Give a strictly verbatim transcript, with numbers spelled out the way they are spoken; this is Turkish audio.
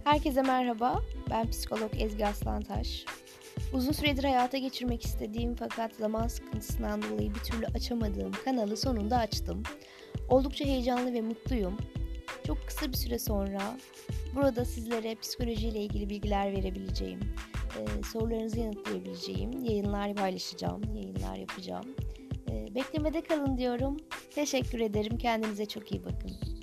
Herkese merhaba, ben psikolog Ezgi Aslantaş. Uzun süredir hayata geçirmek istediğim fakat zaman sıkıntısından dolayı bir türlü açamadığım kanalı sonunda açtım. Oldukça heyecanlı ve mutluyum. Çok kısa bir süre sonra burada sizlere psikolojiyle ilgili bilgiler verebileceğim, e, sorularınızı yanıtlayabileceğim yayınlar paylaşacağım, yayınlar yapacağım. E, beklemede kalın diyorum. Teşekkür ederim, kendinize çok iyi bakın.